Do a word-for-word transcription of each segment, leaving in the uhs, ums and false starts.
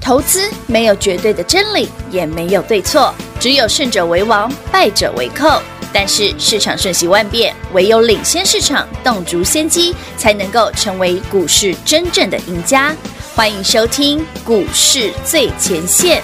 投资没有绝对的真理，也没有对错，只有胜者为王，败者为寇。但是市场瞬息万变，唯有领先市场，洞烛先机，才能够成为股市真正的赢家。欢迎收听股市最前线。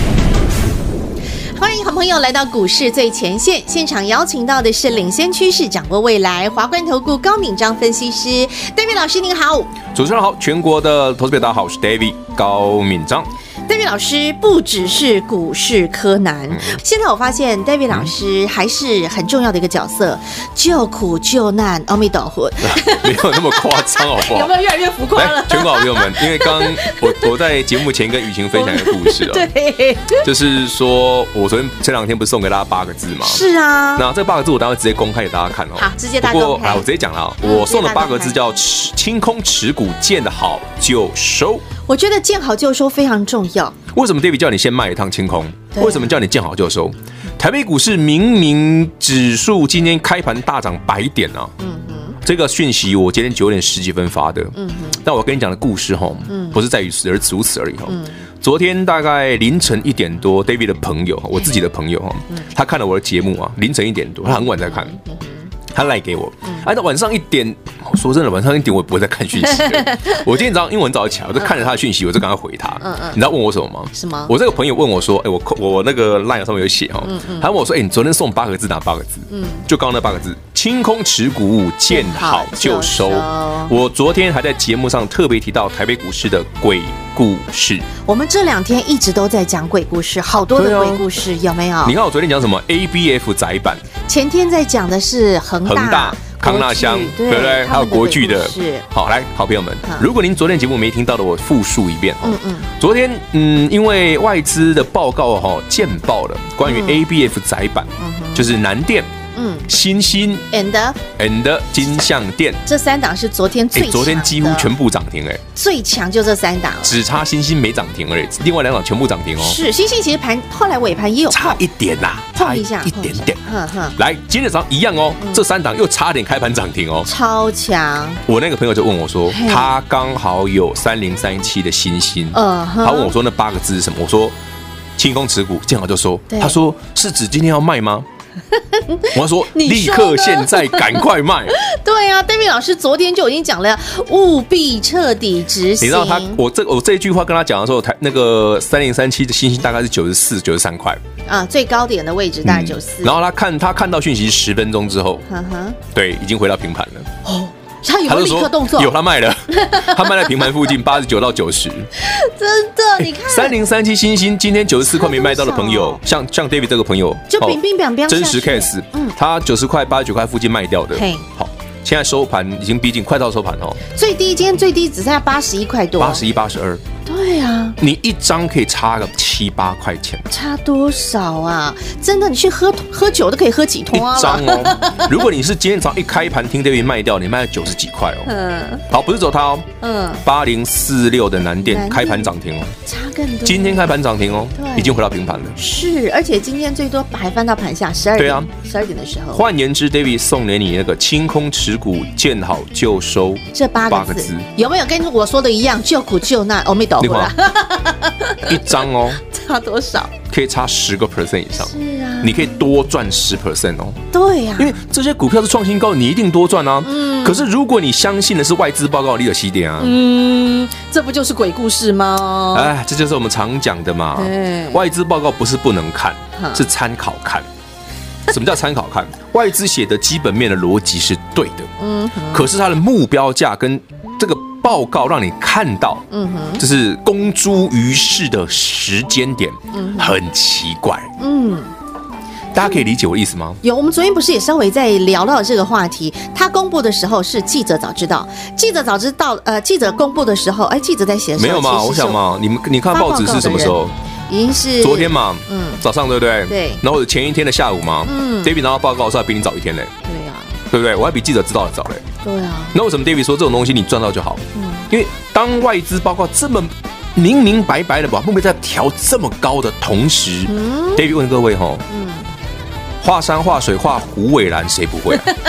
欢迎好朋友来到股市最前线，现场邀请到的是领先趋势、掌握未来华冠投顾高敏章分析师 David 老师，您好。 主持人好，全国的投资者大家好，我是 David 高敏章。 David 老师不只是股市柯南，嗯、现在我发现 David 老师还是很重要的一个角色，救苦救难，阿弥陀佛， 没有那么夸张，好不好？ 有没有越来越浮夸了？ 全国好朋友们，因为刚我我在节目前跟雨晴分享一个故事哦， 对， 就是说我昨天前两天不是送给大家八个字吗？ 是啊， 那这八个字我当然直接公开给大家看哦。 好，直接大公开。 不过啊，我直接讲了，我送的八个字叫“清空持股，见好就收”。 我觉得见好就收非常重要。 为什么 David 叫你先卖一趟清空？为什么叫你见好就收？台北股市明明指数今天开盘大涨百点啊，嗯哼，这个讯息我今天九点十几分发的，嗯哼，但我跟你讲的故事哈，嗯，不是在于此而如此而已哈。嗯，昨天大概凌晨一点多 ，David 的朋友，我自己的朋友哈，他看了我的节目啊，凌晨一点多，他很晚才看。他赖给我，按照晚上一点，说真的，晚上一点我也不会再看讯息了。我今天早上因为很早起来，我就看着他的讯息，我就赶快回他。嗯嗯，你知道问我什么吗？ 什么？ 我这个朋友问我说：“哎、欸，我我那个赖上面有写哦，嗯嗯，他问我说：‘哎、欸，你昨天送八个字哪八个字？’嗯，就刚刚那八个字：清空持股，见好就收。我昨天还在节目上特别提到台北股市的鬼故事。 我们这两天一直都在讲鬼故事，好多的鬼故事，有没有？ 你看我昨天讲什么 ？A B F 载板。前天在讲的是恒大。恒大康纳香，对不对？还有国巨的，好，来，好朋友们，如果您昨天节目没听到的，我复述一遍。嗯嗯，昨天，嗯，因为外资的报告哈见报了，关于 A B F 载板，就是南电。嗯，新兴 and and 金像电这三档是昨天最强的， 昨天几乎全部涨停哎， 最强就这三档， 只差新兴没涨停而已，另外两档全部涨停哦。 是新兴其实盘后来尾盘也有差一点啦， 碰一下一点点。来，今天早上一样哦，这三档又差点开盘涨停哦， 超强。 我那个朋友就问我说，他刚好有三零三七的新兴，嗯，他问我说那八个字是什么？我说清空持股，见好就收。他说是指今天要卖吗？我说立刻现在赶快卖。 对啊 ，David 老师昨天就已经讲了，务必彻底执行。 你知道他我这我这一句话跟他讲的时候，台那个三零三七的星星大概是九十四、九十三块啊，最高点的位置大概九十四。 然后他看他看到讯息十分钟之后，呵呵对，已经回到平盘了。哦。 他有没有立刻动作？ 有，他卖了，他卖在平盘附近八十九到九十。 真的，你看三零三七星星今天九十四块没卖到的朋友，像像 David 这个朋友， 就冰冰冰冰真实 case， 嗯，他九十块、八十九块附近卖掉的，好，现在收盘已经逼近快到收盘哦。 最低今天最低只剩下八十一块多， 八十一、八十二。 对啊， 你一张可以差个七八块钱， 差多少啊？真的，你去喝喝酒都可以喝几通啊！ 一张哦，如果你是今天早上一开盘听 David 卖掉，你卖了九十几块哦。嗯，好，不是走它哦。嗯，八零四六的南电开盘涨停哦， 差更多。 今天开盘涨停哦，已经回到平盘了。 是，而且今天最多还翻到盘下十二点。对啊，十二点的时候。 换言之 ，David 送给你那个清空持股，见好就收这八个字，有没有跟我说的一样？救苦救难，阿弥陀佛。 一张哦， 差多少？ 可以差十个 percent 以上。 是啊， 你可以多赚十 percent 哦。 对呀、啊， 因为这些股票是创新高，你一定多赚啊。嗯。可是如果你相信的是外资报告，你有起点啊。 嗯，这不就是鬼故事吗？ 哎，这就是我们常讲的嘛。外资报告不是不能看，是参考看。什么叫参考看？外资写的基本面的逻辑是对的，嗯，可是它的目标价跟这个报告让你看到，嗯哼，就是公诸于世的时间点，嗯，很奇怪，嗯，大家可以理解我的意思吗？ 有，我们昨天不是也稍微在聊到这个话题？他公布的时候是记者早知道，记者早知道，呃，记者公布的时候，哎，记者在写的时候没有嘛？我想嘛，你们你看报纸是什么时候？ 已经是昨天嘛，嗯，早上对不对？ 对。 然后前一天的下午嘛，嗯 ，David 拿到报告是还比你早一天嘞。 对呀、啊， 对不对？我还比记者知道的早嘞。 对啊。 那为什么 David 说这种东西你赚到就好？嗯，因为当外资报告这么明明白白的把目标价调这么高的同时，嗯 ，David 问各位哈，嗯，画山画水画虎尾兰谁不会啊？可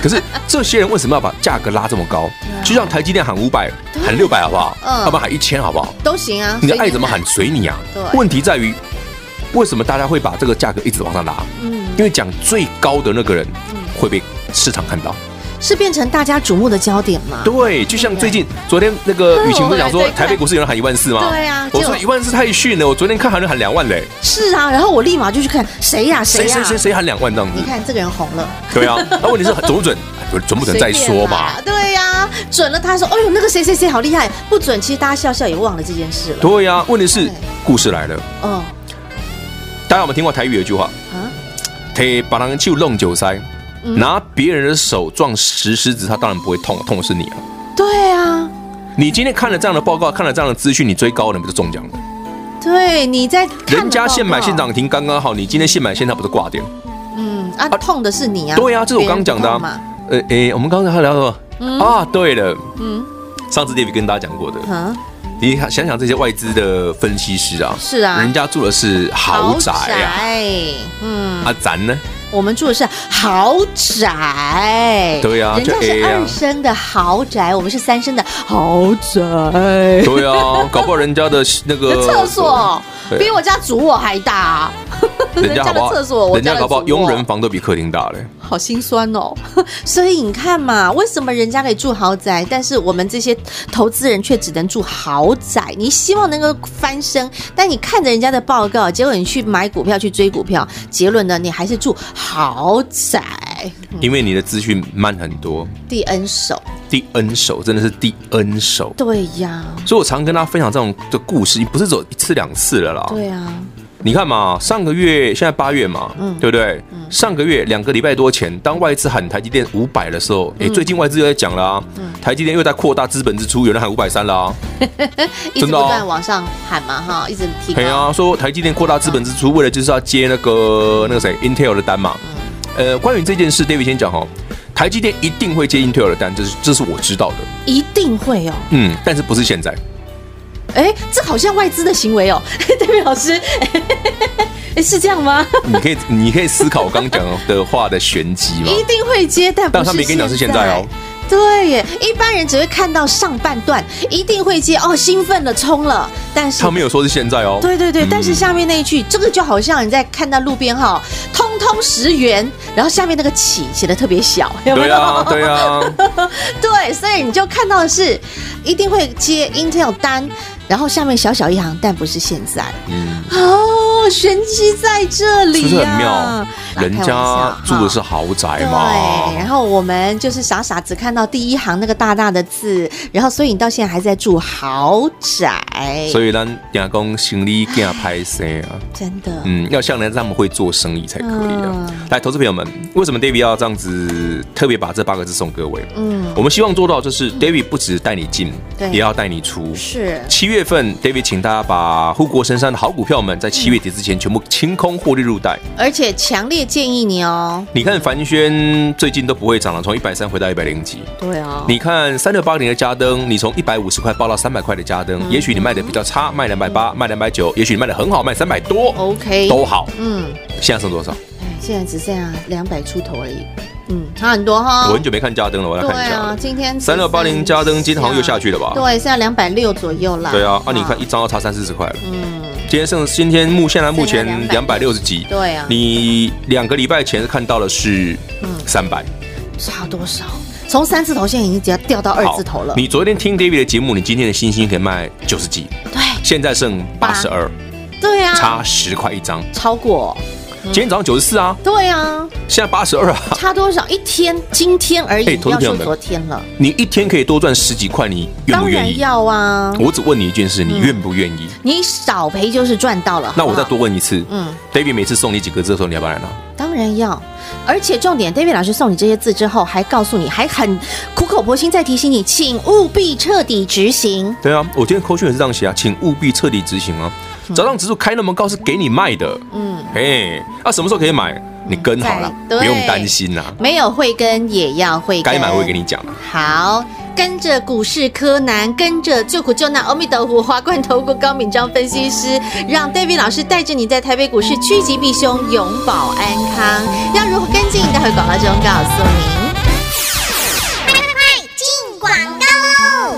可是这些人为什么要把价格拉这么高？就像台积电喊五百，喊六百好不好？嗯，要不然喊一千好不好？ 都行啊， 你爱怎么喊随你啊。问题在于，为什么大家会把这个价格一直往上拉？嗯，因为讲最高的那个人会被市场看到。 是变成大家瞩目的焦点吗？ 对，就像最近昨天那个雨晴不是讲说台北股市有人喊一万四吗？ 对啊， 我说一万四太逊了，我昨天看还能喊两万嘞。 是啊，然后我立马就去看谁呀谁呀谁谁谁喊两万这样子。 你看这个人红了。 对啊，那问题是准不准？准不准再说嘛。 对呀，准了他说，哎呦那个谁谁谁好厉害，不准其实大家笑笑也忘了这件事了。 对呀，问题是故事来了。哦，大家有没有听过台语有一句话啊？提把人去弄酒塞。拿别人的手撞石狮子，他当然不会痛，痛的是你啊。 对啊， 你今天看了这样的报告，看了这样的资讯，你追高了，不是中奖的？ 对，你在人家现买现涨停刚刚好，你今天现买现它不是挂点？ 嗯啊，痛的是你啊。 对啊，这是我刚刚讲的啊。呃诶，我们刚刚还聊什么？嗯、啊，对了，嗯，上次 David 跟大家讲过的。嗯。你想想这些外资的分析师啊， 是啊， 人家住的是豪宅啊，嗯，啊咱呢？ 我们住的是豪宅， 对啊， 人家是二升的豪宅，我们是三升的豪宅， 对啊，搞不好人家的那个厕所比我家主卧还大， 人家的厕所， 人家搞不好佣人房都比客厅大嘞， 好心酸哦。所以你看嘛，为什么人家可以住豪宅，但是我们这些投资人却只能住豪宅？你希望能够翻身，但你看着人家的报告，结果你去买股票去追股票，结论呢，你还是住豪宅， 因为你的资讯慢很多， 第 N 手， 第 N 手真的是第 N 手， 对呀。 所以我常跟大家分享这种的故事，不是走一次两次了啦。 对啊， 你看嘛，上个月现在八月嘛，嗯、对不对？嗯、上个月两个礼拜多前，当外资喊台积电五百的时候，哎、嗯，最近外资又在讲啦、啊，嗯、台积电又在扩大资本支出，有人喊五百三啦， 一直不断往上喊嘛，哈，一直提高。 对啊，说台积电扩大资本支出，为了就是要接那个那个谁 Intel 的单嘛。嗯、呃，关于这件事 ，David 先讲哈，台积电一定会接 Intel 的单，这是这是我知道的， 一定会哦。 嗯，但是不是现在。 哎，这好像外资的行为哦，David老师，哎，是这样吗？ 你可以，你可以思考我刚讲的话的玄机吗？ 一定会接，但不是现在。但他没跟你讲是现在哦。对耶，一般人只会看到上半段，一定会接哦，兴奋了，冲了。但是他没有说是现在哦。 对对对，嗯、但是下面那一句，这个就好像你在看到路边哈，通通十元，然后下面那个起写的特别小，有没有？ 对啊，对啊。 对，所以你就看到的是，一定会接 Intel 单。然后下面小小一行，但不是现在。嗯，哦，玄机在这里呀、啊， 是不是很妙？人家住的是豪宅嘛。 对，然后我们就是傻傻只看到第一行那个大大的字，然后所以你到现在还在住豪宅。 所以咱亚公心里给他拍摄啊， 真的， 嗯，要像人他们会做生意才可以啊。嗯、来，投资朋友们，为什么 David 要这样子特别把这八个字送各位？嗯，我们希望做到就是 David 不只带你进，也要带你出。是七月。月份 David 请大家把护国神山的好股票们在七月底之前全部清空获利入袋， 而且强烈建议你哦。 你看凡轩最近都不会涨了，从一百三回到一百零几。 对啊。 你看三六八零的嘉登，你从一百五十块报到三百块的嘉登，嗯、也许你卖的比较差，卖两百八，卖两百九，也许你卖的很好，卖三百多 ，OK， 都好。嗯，现在剩多少？ 哎，现在只剩下两百出头而已。嗯，差很多哈。 我很久没看嘉登了，我来看一下。 对啊，今天三六八零嘉登今天好像又下去了吧？ 对，现在两百六左右啦。 对啊，啊，你看一张要差三四十块了。嗯，今天剩今天目现在目前两百六十几。 对啊， 你两个礼拜前看到的是三百， 差多少？从三字头现在已经只要掉到二字头了。 你昨天听 David 的节目，你今天的星星可以卖九十几， 对， 现在剩八十二， 对啊， 差十块一张， 超过。 今天早上九十四啊， 对啊， 现在八十二啊， 差多少？一天，今天而已， 投资朋友们， 要说昨天了。 你一天可以多赚十几块，你愿不愿意？ 当然要啊！ 我只问你一件事，你愿不愿意？ 你少赔就是赚到了。 那我再多问一次，嗯 ，David 每次送你几个字的时候，你要不要来拿？ 当然要，而且重点 ，David 老师送你这些字之后，还告诉你，还很苦口婆心再提醒你，请务必彻底执行。 对啊，我今天扣讯也是这样写啊，请务必彻底执行啊。早上指数开那么高是给你卖的，嗯，嘿，啊，什么时候可以买？你跟好了，不用担心啦。 没有慧根也要慧根， 该买我会跟你讲了。 好，跟着股市柯南，跟着救苦救难阿弥陀佛华冠投顾高敏章分析师，让 David 老师带着你在台北股市趋吉避凶，永保安康。要如何跟进？待会广告中告诉您。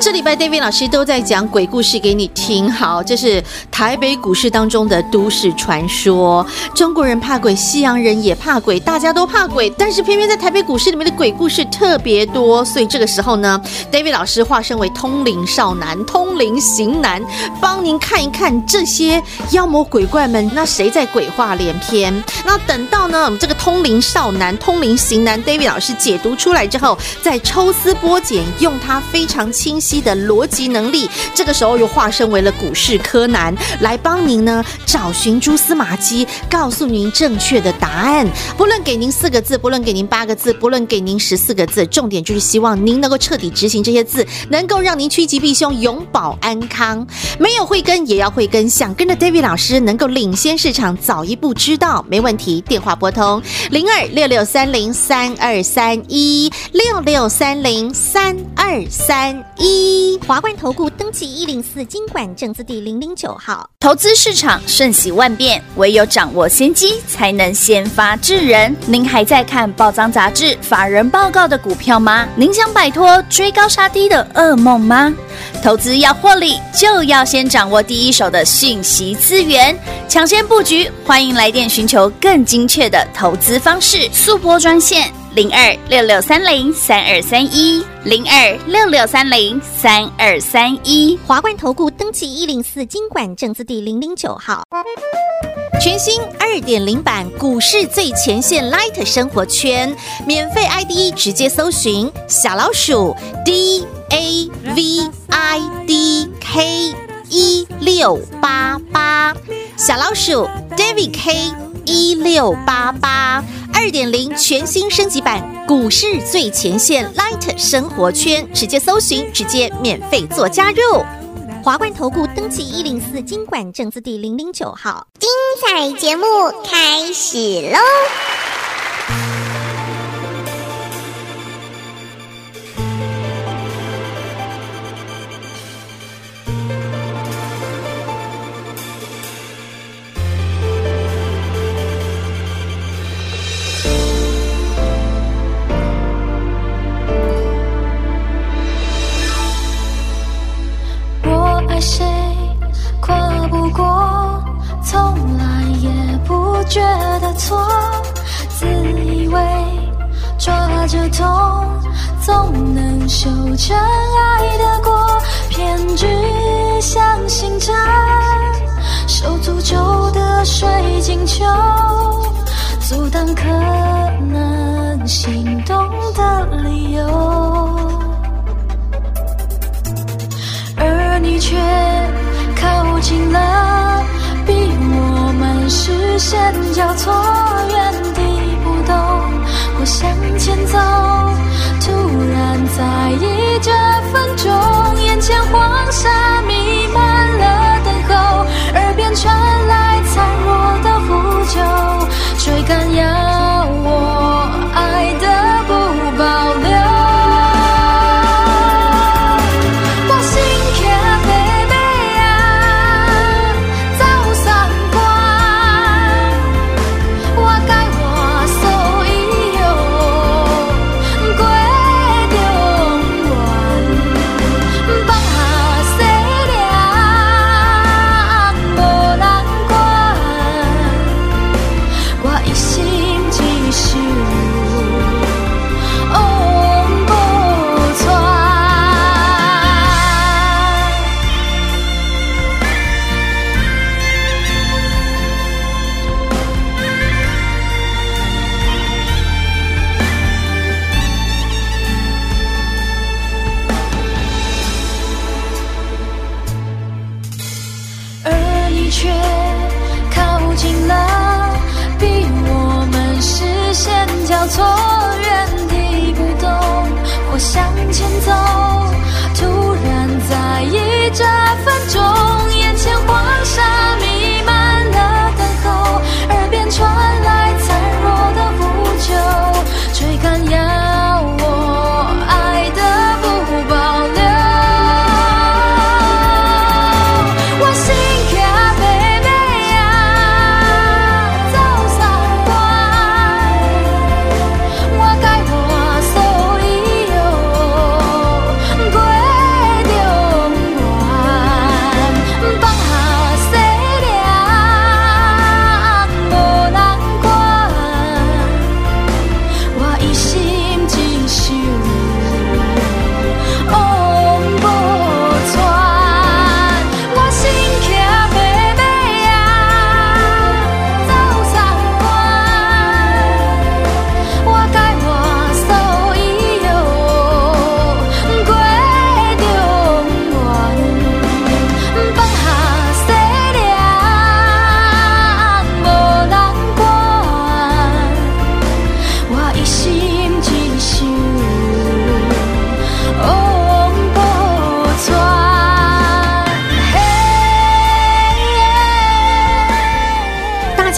这礼拜 David 老师都在讲鬼故事给你听。好，这是台北股市当中的都市传说。中国人怕鬼，西洋人也怕鬼，大家都怕鬼，但是偏偏在台北股市里面的鬼故事特别多。所以这个时候呢 ，David 老师化身为通灵少男、通灵型男，帮您看一看这些妖魔鬼怪们，那谁在鬼话连篇？那等到呢，我们这个通灵少男、通灵型男 David 老师解读出来之后，再抽丝剥茧，用他非常清晰的逻辑能力，这个时候又化身为了股市柯南，来帮您呢找寻蛛丝马迹，告诉您正确的答案。不论给您四个字，不论给您八个字，不论给您十四个字，重点就是希望您能够彻底执行这些字，能够让您趋吉避凶，永保安康。没有慧根也要慧根，想跟着 David 老师能够领先市场，早一步知道没问题，电话拨通零二六六三零三二三一六六三零三二三一。 华冠投顾登记一零四金管证字第零零九号。 投资市场瞬息万变，唯有掌握先机，才能先发制人。您还在看报章杂志、法人报告的股票吗？您想摆脱追高杀低的噩梦吗？投资要获利，就要先掌握第一手的讯息资源，抢先布局。欢迎来电寻求更精确的投资方式，速拨专线零二六六三零三二三一零二六六三零三二三一。 华冠投顾登记一零四金管证字第零零九号。 全新 二点零 版股市最前线 Light 生活圈，免费 I D 直接搜寻小老鼠 D A V I D K 一六八八，小老鼠 David K 一六八八。二点零 全新升级版股市最前线 Light 生活圈，直接搜寻，直接免费做加入。 华冠投顾登记一零四金管证字第零零九号。 精彩节目开始喽！ 爱谁跨不过，从来也不觉得错，自以为抓着痛总能修成爱的果，偏只相信着手诅咒的水晶球，阻挡可能心动的理由，而你却靠近了，逼我们视线交错，原地不动或向前走，突然在意这分钟，眼前黄沙弥漫了等候，耳边传来残弱的呼救，追赶要我爱的不保留。错，原地不动或向前走，突然在意这分钟，眼前黄沙弥漫了等候，耳边传来残弱的呼救，追赶要我爱的不保留。我心卡北北啊，走三关，我该我所以有过着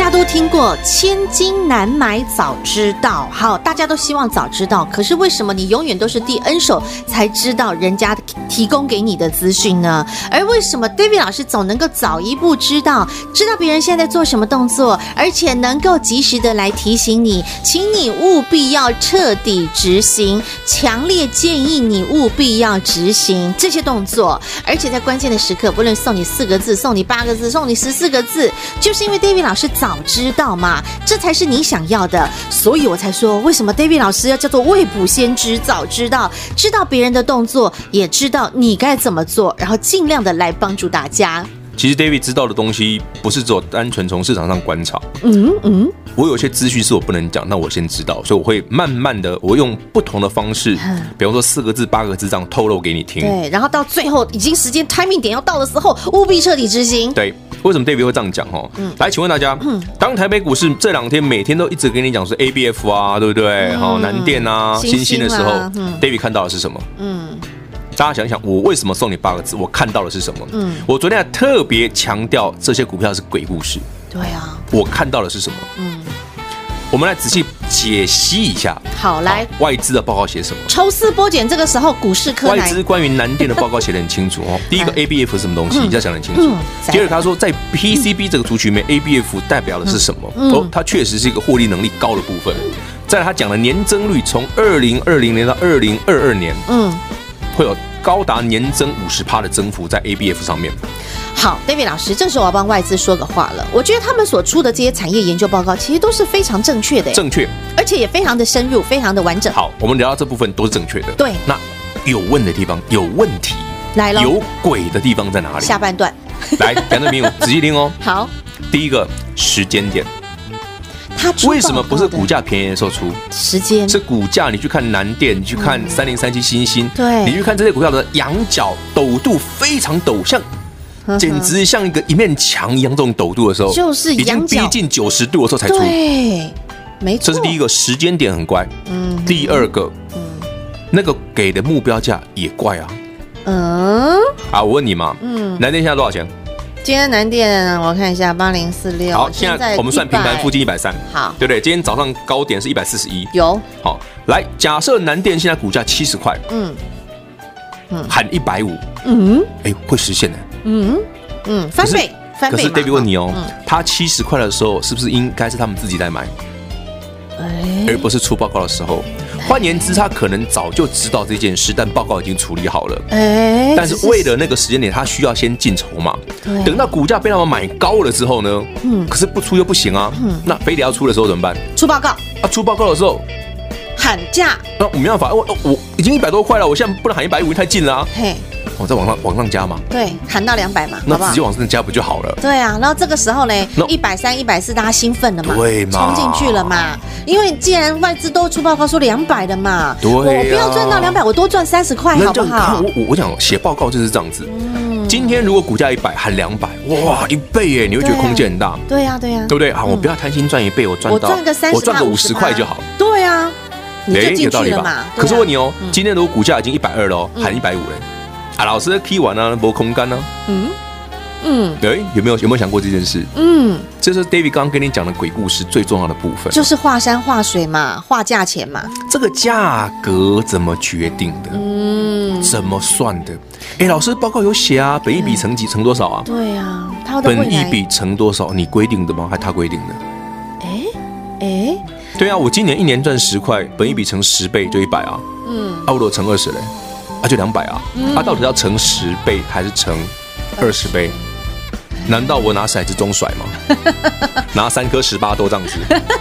家都听过千金难买早知道，好，大家都希望早知道，可是为什么你永远都是第 N 手才知道人家提供给你的资讯呢？而为什么 David 老师总能够早一步知道，知道别人现在在做什么动作，而且能够及时的来提醒你，请你务必要彻底执行，强烈建议你务必要执行这些动作，而且在关键的时刻，不论送你四个字，送你八个字，送你十四个字，就是因为 David 老师早知道嘛，这才是你想要的，所以我才说，为什么 David 老师要叫做未卜先知，早知道，知道别人的动作，也知道你该怎么做，然后尽量的来帮助大家。 其实 David 知道的东西不是只有单纯从市场上观察， 嗯嗯， 我有些资讯是我不能讲，那我先知道，所以我会慢慢的，我用不同的方式，比方说四个字、八个字这样透露给你听。 对，然后到最后已经时间 timing 点要到的时候，务必彻底执行。 对，为什么 David 会这样讲？哦，嗯，来，请问大家，嗯，当台北股市这两天每天都一直跟你讲是 A B F 啊，对不对？好、嗯，南电啊，新兴的时候、嗯、，David 看到的是什么？嗯。大家想想，我为什么送你八个字？我看到的是什么？嗯，我昨天还特别强调这些股票是鬼故事。 对啊， 我看到的是什么？嗯，我们来仔细解析一下。 好，来， 外资的报告写什么？ 抽丝剥茧，这个时候股市柯南外资关于南电的报告写得很清楚哦。第一个 A B F 是什么东西？你要想得很清楚。第二个他说在 P C B 这个族群里面 ，A B F 代表的是什么？哦，它确实是一个获利能力高的部分。再来，他讲的年增率从二零二零年到二零二二年，嗯，会有高达年增五十趴的增幅在 A B F 上面。 好 ，David 老师，这时候我要帮外资说个话了。我觉得他们所出的这些产业研究报告，其实都是非常正确的， 正确， 而且也非常的深入，非常的完整。 好，我们聊到这部分都是正确的。 对， 那有问的地方，有问题来了， 有鬼的地方在哪里？ 下半段来，两个名仔细听哦。 好， 第一个时间点。 它为什么不是股价便宜的时候出？ 时间是股价，你去看南电，你去看三零三七新兴， 对， 你去看这些股票的仰角陡度非常陡，像简直像一个一面墙一样，这种陡度的时候， 就是已经逼近九十度的时候才出。 对，没错， 这是第一个时间点很怪。嗯，第二个，嗯，那个给的目标价也怪啊。嗯，啊，我问你嘛，嗯，南电现在多少钱？ 今天南电我看一下八零四六， 好，现在我们算平盘附近一百三， 好， 对不对？今天早上高点是一百四十一， 有， 好，来，假设南电现在股价七十块，嗯嗯，喊一百五，嗯，哎，会实现的，嗯嗯， 翻倍，翻倍。 可是 David 问你哦，他七十块的时候，是不是应该是他们自己在买，而不是出报告的时候？换言之，他可能早就知道这件事，但报告已经处理好了。哎，但是为了那个时间点，他需要先进筹码。等到股价被他们买高了之后呢，嗯，可是不出又不行啊。嗯，那非得要出的时候怎么办？ 出报告啊！出报告的时候喊价， 那我没办法，我我已经一百多块了，我现在不能喊一百五，太近了啊。嘿。我在往上往上加嘛， 对，喊到两百嘛， 那直接往上加不就好了？ 对啊，然后这个时候呢，一百三、一百四，大家兴奋了嘛， 对嘛， 冲进去了嘛。因为既然外资都出报告说两百的嘛， 对、啊，我不要赚到两百，我多赚三十块，好不好？ 我我我讲写报告就是这样子。嗯，今天如果股价一百喊两百，哇，一倍耶，你会觉得空间很大。 对呀、啊，对呀、啊， 对不对？好，我不要贪心赚一倍，我赚到， 我赚个三十， 我赚个五十块就好。 对啊，你就进去了嘛。 啊、可是问你哦，嗯、今天如果股价已经一百二了哦，喊一百五嘞。啊，老师 key 完了，没空干呢。嗯嗯，对，有没有有没有想过这件事？嗯，这是 David 刚刚跟你讲的鬼故事最重要的部分， 就是画山画水嘛，画价钱嘛。 这个价格怎么决定的？嗯，怎么算的？哎，老师报告有写啊，本益比乘几乘多少啊？ 对啊，他的本益比乘多少？你规定的吗？还他规定的？ 哎哎， 对啊，我今年一年赚十块，本益比乘十倍就一百啊。嗯，啊，我如果乘二十嘞？啊，就两百啊！嗯、啊，到底要乘十倍还是乘二十倍？难道我拿骰子中甩吗？拿三颗十八豆这样子？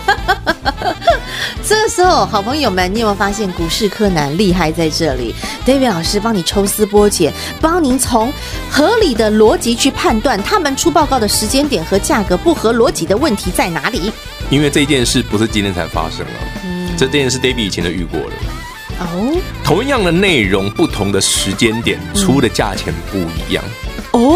这个时候，好朋友们，你有没有发现股市柯南厉害在这里 ？David 老师帮你抽丝剥茧，帮您从合理的逻辑去判断他们出报告的时间点和价格不合逻辑的问题在哪里。 因为这件事不是今天才发生啊，嗯、这件事 David 以前都遇过了。哦，同样的内容，不同的时间点出的价钱不一样。 哦，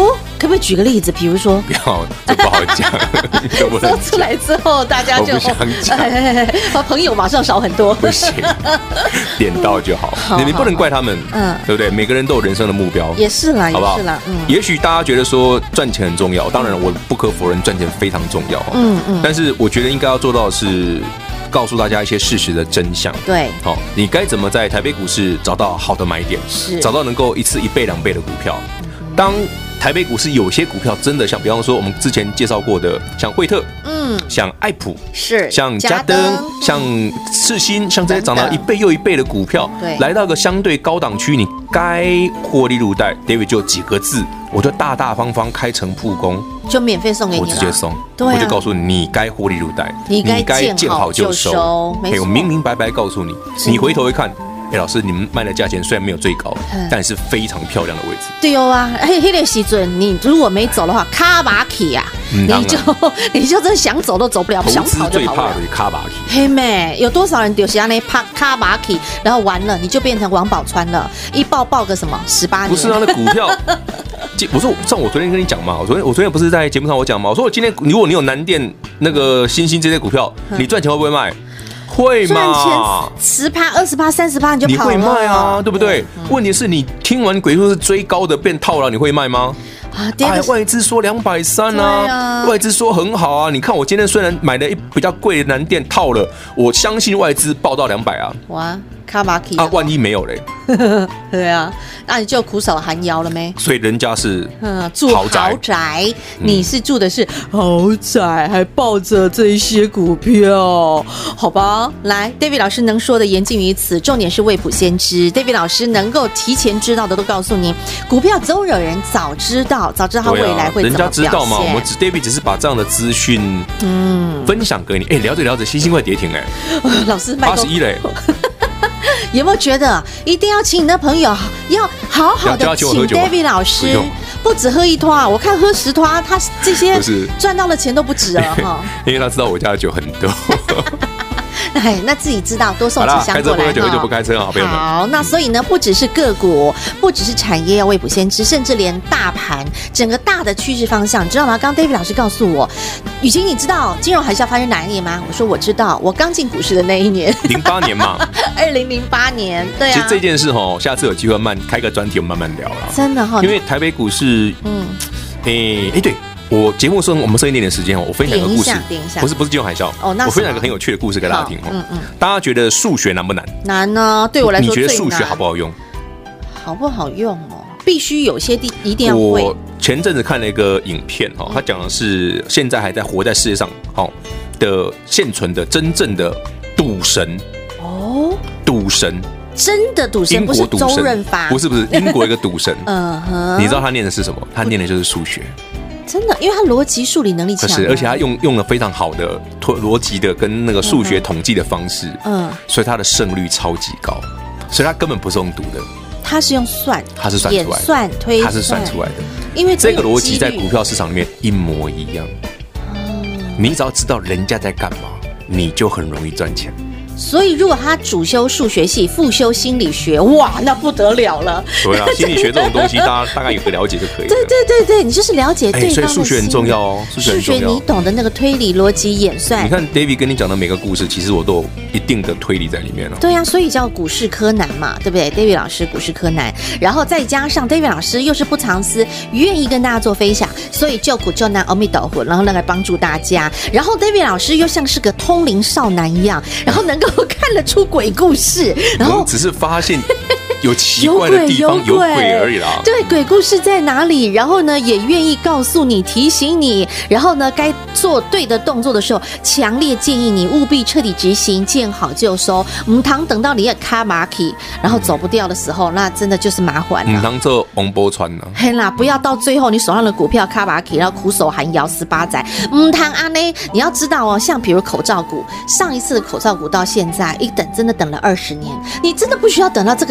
可不可以举个例子？比如说， 不要，这不好讲，这不能说出来之后，大家就我不想讲， 把朋友马上少很多。 不行，点到就好。 好你你不能怪他们， 嗯嗯，对不对？每个人都有人生的目标， 也是啦， 好不好也是啦，嗯， 也许大家觉得说赚钱很重要，当然我不可否认赚钱非常重要， 嗯嗯但是我觉得应该要做到的是告诉大家一些事实的真相。 对， 好，你该怎么在台北股市找到好的买点， 是找到能够一次一倍两倍的股票。当台北股市有些股票真的像，比方说我们之前介绍过的，像惠特， 嗯， 像爱普， 是像嘉登，像世新，像这些涨到一倍又一倍的股票， 对， 来到一个相对高档区，你该获利入袋。David 就几个字，我就大大方方开诚布公， 就免费送给你了， 我直接送， 对啊我就告诉你，你该获利入袋， 你该见好就收， 收没错我明明白白告诉你，你回头一看。哎，老师，你们卖的价钱虽然没有最高， 嗯但是非常漂亮的位置。 对哦啊，嘿，那个时阵你如果没走的话，卡巴奇呀， 嗯你就你就真的想走都走不了， 投想资最怕跑就跑不了。 的卡巴奇， 嘿妹，有多少人丢下那帕卡巴奇，然后完了你就变成王宝钏了，一抱抱个什么十八年？ 不是啊，那股票，我说像我昨天跟你讲嘛，我昨天我昨天不是在节目上我讲嘛，我说我今天如果你有南电那个新兴这些股票，你赚钱会不会卖？会赚嘛？ 钱十趴、二十趴、三十趴你就你跑了， 会卖啊，对不对？问题是你听完鬼故事追高的变套了，你会卖吗？ 啊，第二哎， 个外资说两百三对啊啊，外资说很好啊。你看我今天虽然买了一比较贵的南电套了，我相信外资报到两百啊。 哇，卡巴奇啊，万一没有嘞？ 对啊，那你就苦守寒窑了没？ 所以人家是嗯，住豪宅宅，你是住的是豪宅，还抱着这一些股票，好吧？来 ，David 老师能说的言尽于此，重点是未卜先知。David 老师能够提前知道的都告诉您，股票总有人早知道，早知道它未来会怎么人家知道嘛？ 表现我们只 David 只是把这样的资讯嗯分享给你。哎，聊着聊着，星星快跌停哎， 老师卖八十一嘞。 有没有觉得一定要请你的朋友要好好的请 David 老师，不止喝一拖啊，我看喝十拖，他这些赚到的钱都不止了哈。 因为他知道我家的酒很多。 哎，那自己知道多送几箱过来。 开车不喝酒，喝酒不开车啊，朋友们。 好，那所以呢，不只是个股，不只是产业要未卜先知，甚至连大盘整个大的趋势方向，你知道吗？刚刚 David 老师告诉我，雨晴，你知道金融海啸发生哪一年吗？我说我知道，我刚进股市的那一年， 零八年嘛， 二零零八年，对啊。 其实这件事哈，下次有机会慢开个专题，我们慢慢聊了。 真的哈， 因为台北股市，嗯，诶诶，对。我节目剩我们剩一点点时间哦，我分享一个故事，不是不是金融海啸哦，我分享一个很有趣的故事给大家听哦。嗯嗯，大家觉得数学难不难？ 难呢，对我来说你觉得数学好不好用？ 好不好用哦？必须有些地一定要会。 我前阵子看了一个影片哈，他讲的是现在还在活在世界上好的现存的真正的赌神哦，赌神。 真的赌神，不是周润发， 不是不是英国一个赌神。 嗯哼， 你知道他念的是什么？他念的就是数学。 真的，因为他逻辑数理能力强， 是，而且他用用了非常好的逻辑的跟那个数学统计的方式，嗯，所以他的胜率超级高，所以他根本不是用赌的， 他是用算， 他是算出来的， 算推， 他是算出来的， 因为这个逻辑在股票市场里面一模一样。你只要知道人家在干嘛，你就很容易赚钱。 所以，如果他主修数学系，副修心理学，哇，那不得了了。 对啊，心理学这种东西，大家大概有个了解就可以了。 对对对对，你就是了解对方的、欸。 所以数学很重要哦，数学很重要。 数学你懂的那个推理、逻辑、演算。 你看 David 跟你讲的每个故事，其实我都有一定的推理在里面了。 对呀、啊，所以叫股市柯南嘛，对不对 ？David 老师股市柯南，然后再加上 David 老师又是不藏私，愿意跟大家做分享，所以救苦救难，阿弥陀佛，然后来帮助大家。然后 David 老师又像是个通灵少男一样，然后能够看得出鬼故事，然后只是发现有奇怪的地方，有 鬼, 有鬼而已啦。 对，鬼故事在哪里？然后呢，也愿意告诉你、提醒你。然后呢，该做对的动作的时候，强烈建议你务必彻底执行，见好就收。唔堂等到你也卡马起，然后走不掉的时候，那真的就是麻烦了。 唔堂做王波川呢？ 嘿啦，不要到最后你手上的股票卡马起，然后苦守寒窑十八载。唔堂安呢？你要知道哦，像比如口罩股，上一次的口罩股到现在一等真的等了二十年，你真的不需要等到这个二十年。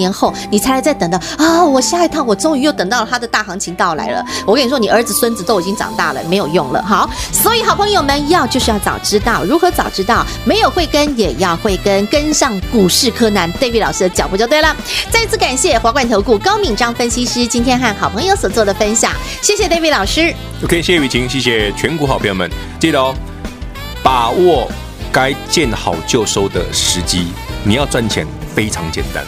年后你才来再等到啊，我下一趟我终于又等到了它的大行情到来了。我跟你说，你儿子孙子都已经长大了，没有用了。好，所以好朋友们要就是要早知道，如何早知道？没有慧根也要慧根，跟上股市柯南 David 老师的脚步就对了。再次感谢华冠投顾高敏章分析师今天和好朋友所做的分享，谢谢 David 老师。 OK， 谢谢雨晴，谢谢全国好朋友们，记得哦，把握该见好就收的时机，你要赚钱非常简单。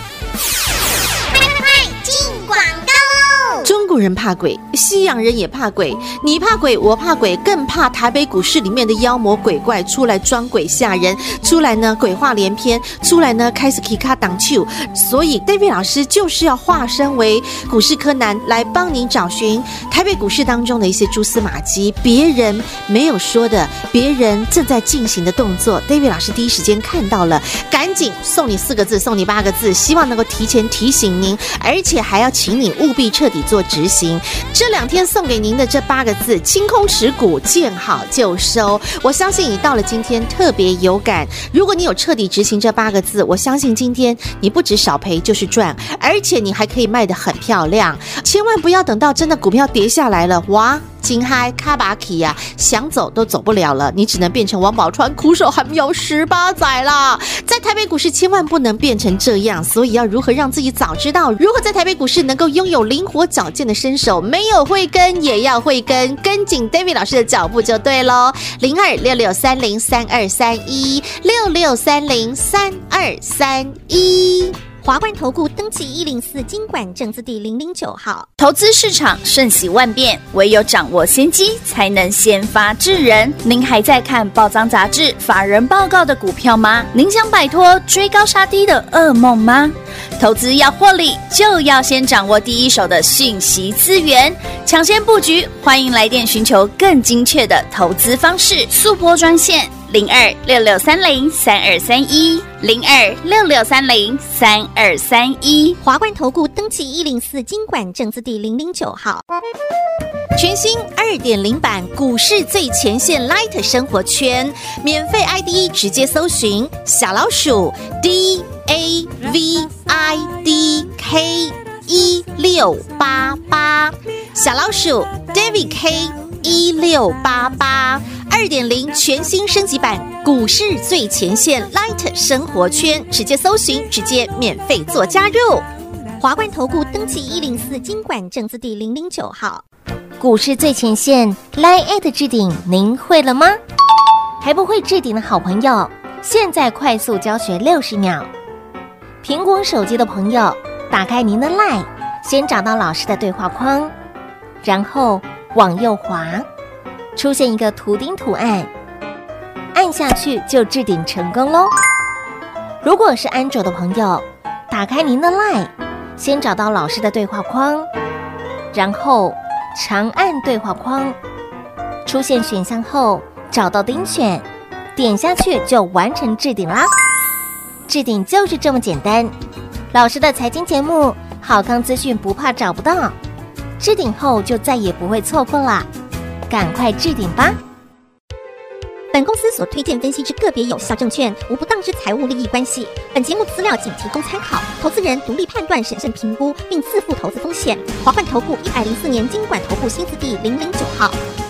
中国人怕鬼，西洋人也怕鬼，你怕鬼，我怕鬼，更怕台北股市里面的妖魔鬼怪出来装鬼吓人，出来呢鬼话连篇，出来呢开始 K 卡挡球。所以 David 老师就是要化身为股市柯南，来帮您找寻台北股市当中的一些蛛丝马迹，别人没有说的，别人正在进行的动作 ，David 老师第一时间看到了，赶紧送你四个字，送你八个字，希望能够提前提醒您，而且还要请你务必彻底做执行。这两天送给您的这八个字，清空持股，见好就收。我相信你到了今天特别有感，如果你有彻底执行这八个字，我相信今天你不止少赔就是赚，而且你还可以卖得很漂亮。千万不要等到真的股票跌下来了，哇！金嗨卡巴奇呀，想走都走不了了，你只能变成王宝钏苦守寒窑十八载啦。在台北股市千万不能变成这样，所以要如何让自己早知道，如何在台北股市能够拥有灵活矫健的身手，没有慧根也要慧根，跟紧 David 老师的脚步就对咯。零二六六三零三二三一六六三零三二三一。 华冠投顾登记一零四金管证字第零零九号。 投资市场瞬息万变，唯有掌握先机，才能先发制人。您还在看报章杂志、法人报告的股票吗？您想摆脱追高杀低的噩梦吗？投资要获利，就要先掌握第一手的讯息资源，抢先布局。欢迎来电寻求更精确的投资方式，速拨专线零二六六三零三二三一零二六六三零三二三一。 华冠投顾登记一零四金管证字第零零九号。 全新 二点零 版股市最前线 Light 生活圈，免费 I D 直接搜寻小老鼠 D A V I D K 一六八八，小老鼠 David K 一六八八。二点零 全新升级版股市最前线 Light 生活圈，直接搜寻，直接免费做加入。 华冠投顾登记一零四金管证字第零零九号。 股市最前线 Line 置顶，您会了吗？还不会置顶的好朋友，现在快速教学六十秒。苹果手机的朋友，打开您的 Line， 先找到老师的对话框，然后往右滑，出现一个图钉图案，按下去就置顶成功咯。如果是安卓的朋友，打开您的 Line， 先找到老师的对话框，然后长按对话框，出现选项后找到钉选，点下去就完成置顶啦。置顶就是这么简单，老师的财经节目好康资讯不怕找不到，置顶后就再也不会错过啦，赶快置顶吧。 本公司所推荐分析之个别有效证券，无不当之财务利益关系。本节目资料仅提供参考，投资人独立判断、审慎评估，并自负投资风险。华冠投顾一百零四年金管投顾新字第零零九号。